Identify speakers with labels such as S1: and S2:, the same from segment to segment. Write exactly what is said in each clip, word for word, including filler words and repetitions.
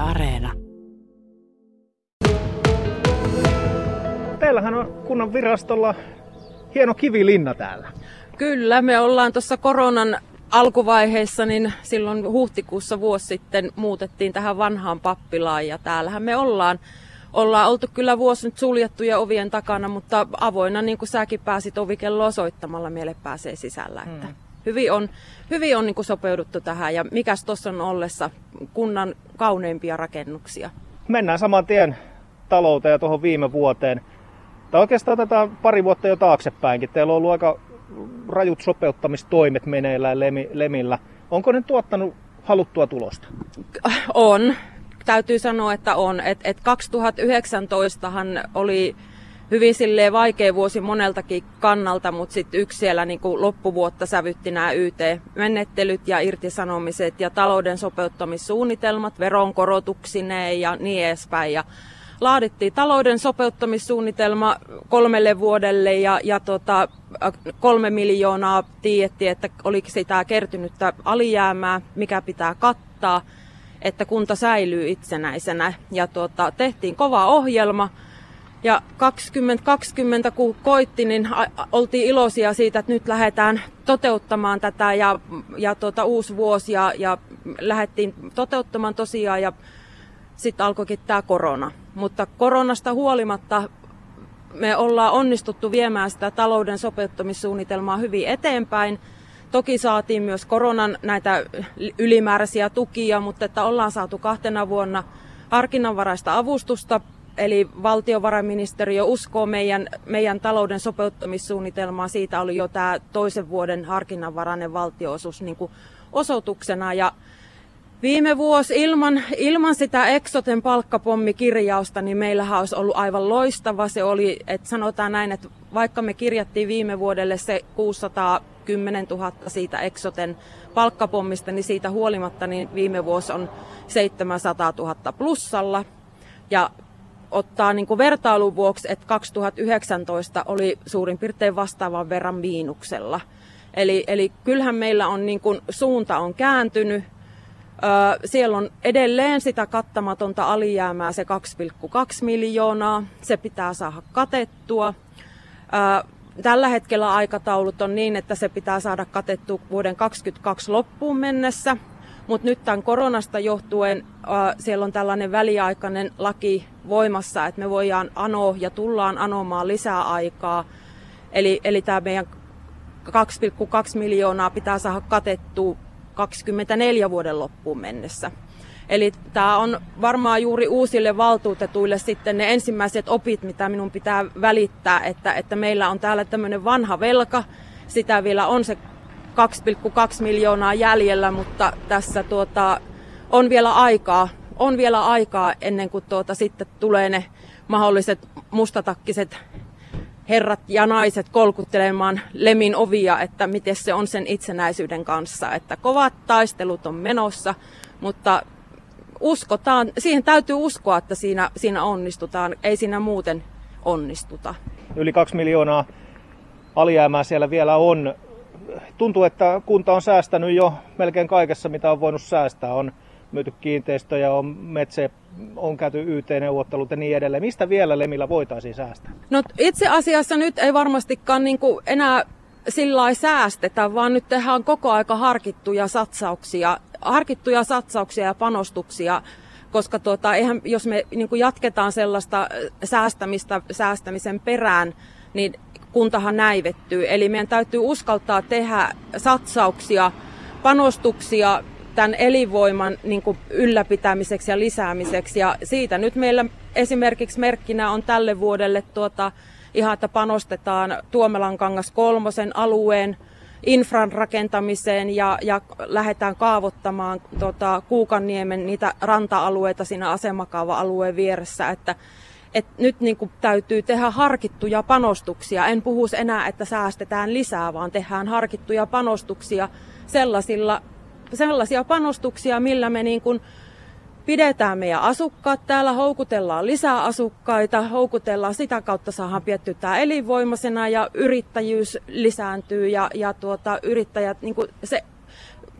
S1: Areena.
S2: Teillähän on kunnan virastolla hieno kivilinna täällä.
S1: Kyllä, me ollaan tuossa koronan alkuvaiheessa, niin silloin huhtikuussa vuosi sitten muutettiin tähän vanhaan pappilaan ja täällähän me ollaan. Ollaan oltu kyllä vuosi nyt suljettuja ovien takana, mutta avoinna niin kuin säkin pääsit ovikelloa soittamalla, miele pääsee sisällä. Hmm. Että hyvin on, hyvin on niin kuin sopeuduttu tähän ja mikäs tuossa on ollessa kunnan kauneimpia rakennuksia.
S2: Mennään saman tien talouteen ja tuohon viime vuoteen. Tai oikeastaan otetaan pari vuotta jo taaksepäinkin. Teillä on ollut aika rajut sopeuttamistoimet meneillään Lemillä. Onko ne tuottanut haluttua tulosta?
S1: On. Täytyy sanoa, että on. Et, et kaksituhattayhdeksäntoistahan oli hyvin silleen vaikea vuosi moneltakin kannalta, mutta sitten yksi siellä niin kuin loppuvuotta sävytti nämä Y T-menettelyt ja irtisanomiset ja talouden sopeuttamissuunnitelmat veronkorotuksineen ja niin edespäin. Ja laadittiin talouden sopeuttamissuunnitelma kolmelle vuodelle ja, ja tota, kolme miljoonaa tiedettiin, että oliko sitä kertynyttä alijäämää, mikä pitää kattaa, että kunta säilyy itsenäisenä. Ja tuota, tehtiin kova ohjelma ja kaksituhattakaksikymmentä kun koitti, niin a- oltiin iloisia siitä, että nyt lähdetään toteuttamaan tätä ja, ja tuota, uusi vuosi ja, ja lähdettiin toteuttamaan tosiaan ja sitten alkoikin tämä korona. Mutta koronasta huolimatta me ollaan onnistuttu viemään sitä talouden sopeuttamissuunnitelmaa hyvin eteenpäin. Toki saatiin myös koronan näitä ylimääräisiä tukia, mutta että ollaan saatu kahtena vuonna harkinnanvaraista avustusta. Eli valtiovarainministeriö uskoo meidän, meidän talouden sopeuttamissuunnitelmaa. Siitä oli jo tämä toisen vuoden harkinnanvarainen valtionosuus niin kuin osoituksena. Ja viime vuosi ilman, ilman sitä Eksoten palkkapommikirjausta, niin meillähän olisi ollut aivan loistava. Se oli, että sanotaan näin, että vaikka me kirjattiin viime vuodelle se kuusisataakymmentätuhatta siitä Eksoten palkkapommista, niin siitä huolimatta niin viime vuosi on seitsemänsataatuhatta plussalla. Ja ottaa niin kuin vertailun vuoksi, että kaksituhattayhdeksäntoista oli suurin piirtein vastaavan verran miinuksella. Eli, eli kyllähän meillä on niin kuin, suunta on kääntynyt. Siellä on edelleen sitä kattamatonta alijäämää se kaksi pilkku kaksi miljoonaa. Se pitää saada katettua. Tällä hetkellä aikataulut on niin, että se pitää saada katettua vuoden kaksituhattakaksikymmentäkaksi loppuun mennessä. Mutta nyt tämän koronasta johtuen siellä on tällainen väliaikainen laki voimassa, että me voidaan anoa ja tullaan anomaan lisää aikaa. Eli, eli tämä meidän kaksi pilkku kaksi miljoonaa pitää saada katettua kaksikymmentäneljä vuoden loppuun mennessä. Eli tämä on varmaan juuri uusille valtuutetuille sitten ne ensimmäiset opit, mitä minun pitää välittää, että, että meillä on täällä tämmöinen vanha velka, sitä vielä on se kaksi pilkku kaksi miljoonaa jäljellä, mutta tässä tuota, on vielä aikaa, on vielä aikaa ennen kuin tuota, sitten tulee ne mahdolliset mustatakkiset herrat ja naiset kolkuttelemaan Lemin ovia, että miten se on sen itsenäisyyden kanssa. Että kovat taistelut on menossa, mutta uskotaan, siihen täytyy uskoa, että siinä, siinä onnistutaan. Ei siinä muuten onnistuta.
S2: Yli kaksi miljoonaa alijäämää siellä vielä on. Tuntuu, että kunta on säästänyt jo melkein kaikessa, mitä on voinut säästää. On myyty kiinteistöjä, on metsä, on käyty Y T-neuvottelut ja niin edelleen. Mistä vielä Lemillä voitaisiin säästää?
S1: No itse asiassa nyt ei varmastikaan niin kuin enää sillä lailla säästetä, vaan nyt tehdään koko aika harkittuja satsauksia, harkittuja satsauksia ja panostuksia, koska tuota, eihän, jos me niin kuin jatketaan sellaista säästämistä säästämisen perään, niin kuntahan näivettyy. Eli meidän täytyy uskaltaa tehdä satsauksia, panostuksia tämän elinvoiman niin kuin ylläpitämiseksi ja lisäämiseksi. Ja siitä nyt meillä esimerkiksi merkkinä on tälle vuodelle tuota, ihan, että panostetaan Tuomelankangas kolmosen alueen infran rakentamiseen ja, ja lähdetään kaavoittamaan tuota, Kuukanniemen niitä ranta-alueita siinä asemakaava-alueen vieressä, että et nyt niin kuin täytyy tehdä harkittuja panostuksia. En puhu enää, että säästetään lisää, vaan tehdään harkittuja panostuksia sellaisilla, sellaisia panostuksia, millä me niin kuin pidetään meidän asukkaat täällä, houkutellaan lisää asukkaita, houkutellaan sitä kautta saadaan pidettyä tämä elinvoimaisena ja yrittäjyys lisääntyy ja, ja tuota, yrittäjät, niin kuin se,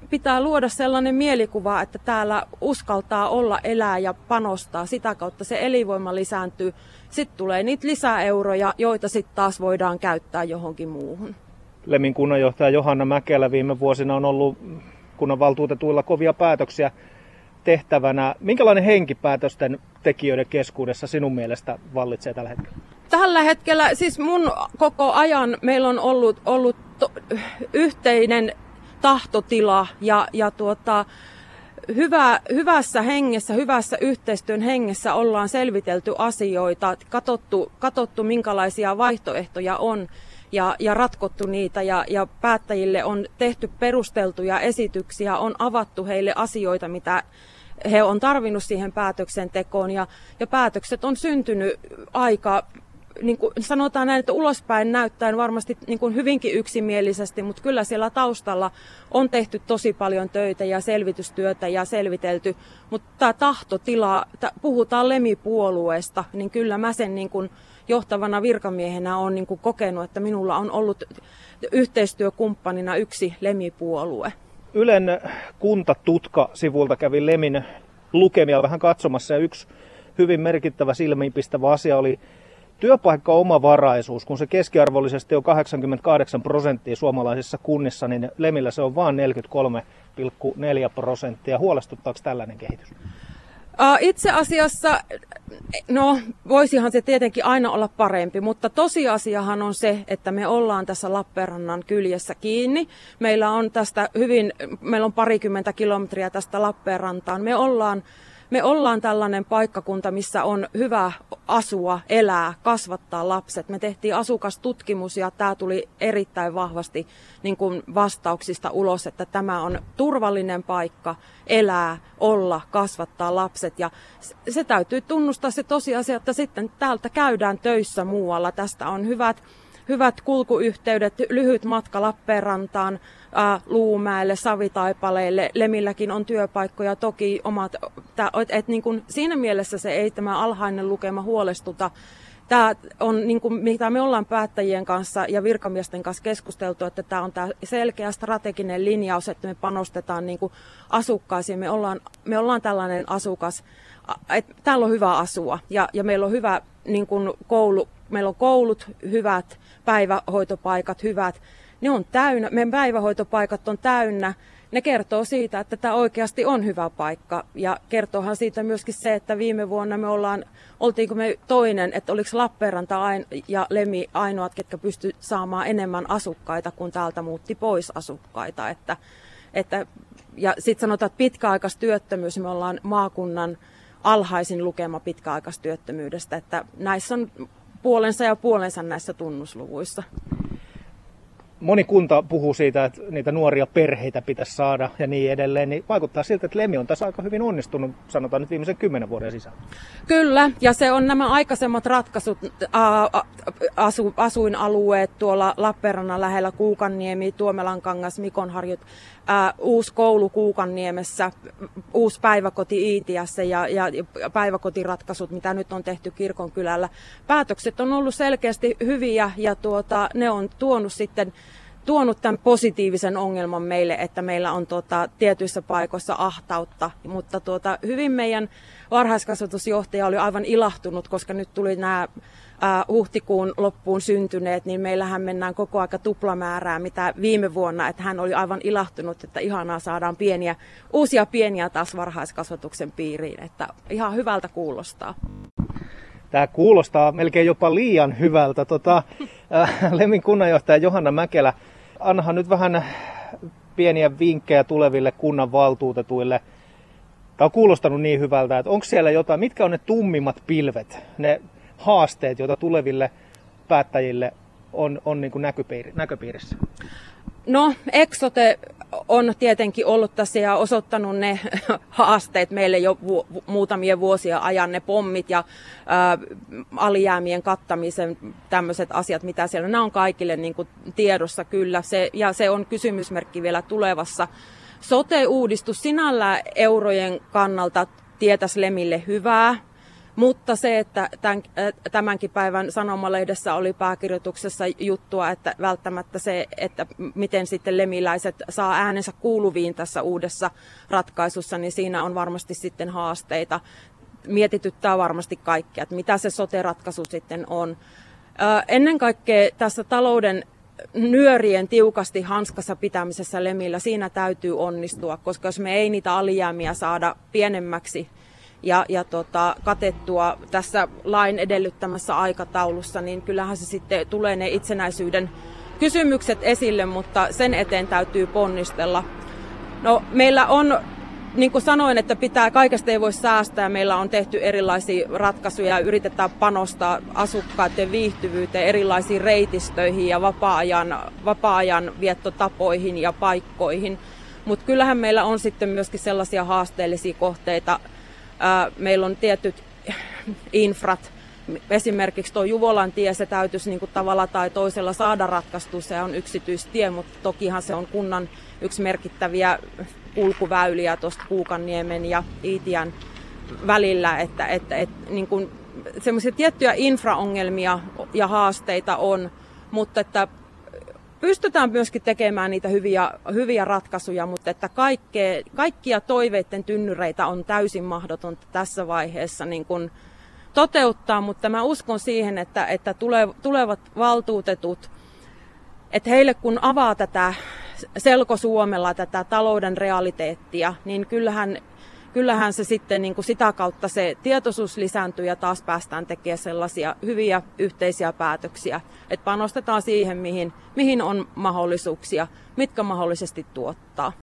S1: pitää luoda sellainen mielikuva, että täällä uskaltaa olla, elää ja panostaa. Sitä kautta se elinvoima lisääntyy. Sitten tulee niitä lisäeuroja, joita sitten taas voidaan käyttää johonkin muuhun.
S2: Lemin kunnanjohtaja Johanna Mäkelä viime vuosina on ollut kunnanvaltuutetuilla kovia päätöksiä tehtävänä. Minkälainen henki päätösten tekijöiden keskuudessa sinun mielestä vallitsee tällä hetkellä?
S1: Tällä hetkellä, siis mun koko ajan meillä on ollut, ollut to, yhteinen tahtotila ja, ja tuota, hyvä, hyvässä hengessä, hyvässä yhteistyön hengessä ollaan selvitelty asioita, katsottu, katsottu minkälaisia vaihtoehtoja on ja, ja ratkottu niitä ja, ja päättäjille on tehty perusteltuja esityksiä, on avattu heille asioita, mitä he on tarvinnut siihen päätöksentekoon ja, ja päätökset on syntynyt aika, niin kuin sanotaan näin, että ulospäin näyttäen varmasti niin kuin hyvinkin yksimielisesti, mutta kyllä siellä taustalla on tehty tosi paljon töitä ja selvitystyötä ja selvitelty, mutta tämä tahtotila, puhutaan Lemi-puolueesta, niin kyllä mä sen niin kuin johtavana virkamiehenä olen niin kuin kokenut, että minulla on ollut yhteistyökumppanina yksi Lemi-puolue.
S2: Ylen kuntatutka-sivulta kävin Lemin lukemia vähän katsomassa ja yksi hyvin merkittävä silmiinpistävä asia oli työpaikka-omavaraisuus. Kun se keskiarvollisesti on kahdeksankymmentäkahdeksan prosenttia suomalaisissa kunnissa, niin Lemillä se on vain neljäkymmentäkolme pilkku neljä prosenttia. Huolestuttaako tällainen kehitys?
S1: Itse asiassa, no voisihan se tietenkin aina olla parempi, mutta tosiasiahan on se, että me ollaan tässä Lappeenrannan kyljessä kiinni. Meillä on tästä hyvin, meillä on parikymmentä kilometriä tästä Lappeenrantaan. Me ollaan, me ollaan tällainen paikkakunta, missä on hyvä asua, elää, kasvattaa lapset. Me tehtiin asukastutkimus ja tämä tuli erittäin vahvasti niin kuin vastauksista ulos, että tämä on turvallinen paikka elää, olla, kasvattaa lapset. Ja se täytyy tunnustaa se tosiasia, että sitten täältä käydään töissä muualla. Tästä on hyvät, hyvät kulkuyhteydet, lyhyt matka Lappeenrantaan, ää, Luumäelle, Savitaipaleelle. Lemilläkin on työpaikkoja toki omat. Tää, et, et, niin kun, siinä mielessä se ei tämä alhainen lukema huolestuta. Tämä on, niin kuin, mitä me ollaan päättäjien kanssa ja virkamiesten kanssa keskusteltu, että tämä on tämä selkeä strateginen linjaus, että me panostetaan niin kuin asukkaisiin. Me ollaan, me ollaan tällainen asukas, että täällä on hyvä asua ja, ja meillä on hyvä niin kuin koulu, meillä on koulut hyvät, päivähoitopaikat hyvät. Ne on täynnä, meidän päivähoitopaikat on täynnä. Ne kertoo siitä, että tämä oikeasti on hyvä paikka ja kertoohan siitä myöskin se, että viime vuonna me ollaan, oltiinko me toinen, että oliko Lappeenranta ja Lemi ainoat, ketkä pysty saamaan enemmän asukkaita, kun täältä muutti pois asukkaita. Että, että, ja sitten sanotaan, että pitkäaikaistyöttömyys, me ollaan maakunnan alhaisin lukema pitkäaikaistyöttömyydestä, että näissä on puolensa ja puolensa näissä tunnusluvuissa.
S2: Moni kunta puhuu siitä, että niitä nuoria perheitä pitäisi saada ja niin edelleen, niin vaikuttaa siltä, että Lemi on tässä aika hyvin onnistunut, sanotaan nyt viimeisen kymmenen vuoden sisään.
S1: Kyllä, ja se on nämä aikaisemmat ratkaisut, ää, asu, asuinalueet tuolla Lappeenrannan lähellä, Kuukanniemi, Tuomelankangas, Mikonharjut, ää, uusi koulu Kuukanniemessä, uusi päiväkoti Iitiässä ja, ja päiväkotiratkaisut, mitä nyt on tehty Kirkonkylällä. Päätökset on ollut selkeästi hyviä ja tuota, ne on tuonut sitten tuonut tämän positiivisen ongelman meille, että meillä on tuota, tietyissä paikoissa ahtautta, mutta tuota, hyvin meidän varhaiskasvatusjohtaja oli aivan ilahtunut, koska nyt tuli nämä ää, huhtikuun loppuun syntyneet, niin meillähän mennään koko aika tuplamäärää, mitä viime vuonna, että hän oli aivan ilahtunut, että ihanaa saadaan pieniä, uusia pieniä taas varhaiskasvatuksen piiriin, että ihan hyvältä kuulostaa.
S2: Tämä kuulostaa melkein jopa liian hyvältä. Tota, äh, Lemin kunnanjohtaja Johanna Mäkelä, annahan nyt vähän pieniä vinkkejä tuleville kunnanvaltuutetuille. Tämä on kuulostanut niin hyvältä, että onko siellä jotain, mitkä on ne tummimmat pilvet, ne haasteet, joita tuleville päättäjille on, on niin kuin näköpiiri, näköpiirissä?
S1: No, Eksote on tietenkin ollut tässä ja osoittanut ne haasteet meille jo vu- muutamia vuosia ajan, ne pommit ja ää, alijäämien kattamisen tämmöiset asiat, mitä siellä, nämä on kaikille niin kuin tiedossa kyllä, se, ja se on kysymysmerkki vielä tulevassa. Sote-uudistus sinällään eurojen kannalta tietäisi Lemille hyvää, Mutta se, että tämän, tämänkin päivän Sanomalehdessä oli pääkirjoituksessa juttua, että välttämättä se, että miten sitten lemiläiset saa äänensä kuuluviin tässä uudessa ratkaisussa, niin siinä on varmasti sitten haasteita. Mietityttää varmasti kaikkia, että mitä se sote-ratkaisu sitten on. Ennen kaikkea tässä talouden nyörien tiukasti hanskassa pitämisessä Lemillä siinä täytyy onnistua, koska jos me ei niitä alijäämiä saada pienemmäksi ja, ja tota, katettua tässä lain edellyttämässä aikataulussa, niin kyllähän se sitten tulee ne itsenäisyyden kysymykset esille, mutta sen eteen täytyy ponnistella. No, meillä on, niin kuin sanoin, että pitää, kaikesta ei voi säästää. Meillä on tehty erilaisia ratkaisuja ja yritetään panostaa asukkaiden viihtyvyyteen, erilaisiin reitistöihin ja vapaa-ajan, vapaa-ajan viettotapoihin ja paikkoihin. Mutta kyllähän meillä on sitten myöskin sellaisia haasteellisia kohteita. Meillä on tietyt infrat. Esimerkiksi tuo Juvolan tie, se täytyisi niin kuin tavalla tai toisella saada ratkaistua. Se on yksityistie, mutta tokihan se on kunnan yksi merkittäviä kulkuväyliä tuosta Kuukanniemen ja Iitiän välillä. Että, että, että, niin kuin, semmoisia tiettyjä infraongelmia ja haasteita on, mutta että pystytään myöskin tekemään niitä hyviä, hyviä ratkaisuja, mutta että kaikkea, kaikkia toiveiden tynnyreitä on täysin mahdotonta tässä vaiheessa niin kuin toteuttaa, mutta mä uskon siihen, että, että tulevat valtuutetut, että heille kun avaa tätä selkosuomella tätä talouden realiteettia, niin kyllähän, kyllähän se sitten niin kuin sitä kautta se tietoisuus lisääntyy ja taas päästään tekemään sellaisia hyviä yhteisiä päätöksiä, että panostetaan siihen, mihin, mihin on mahdollisuuksia, mitkä mahdollisesti tuottaa.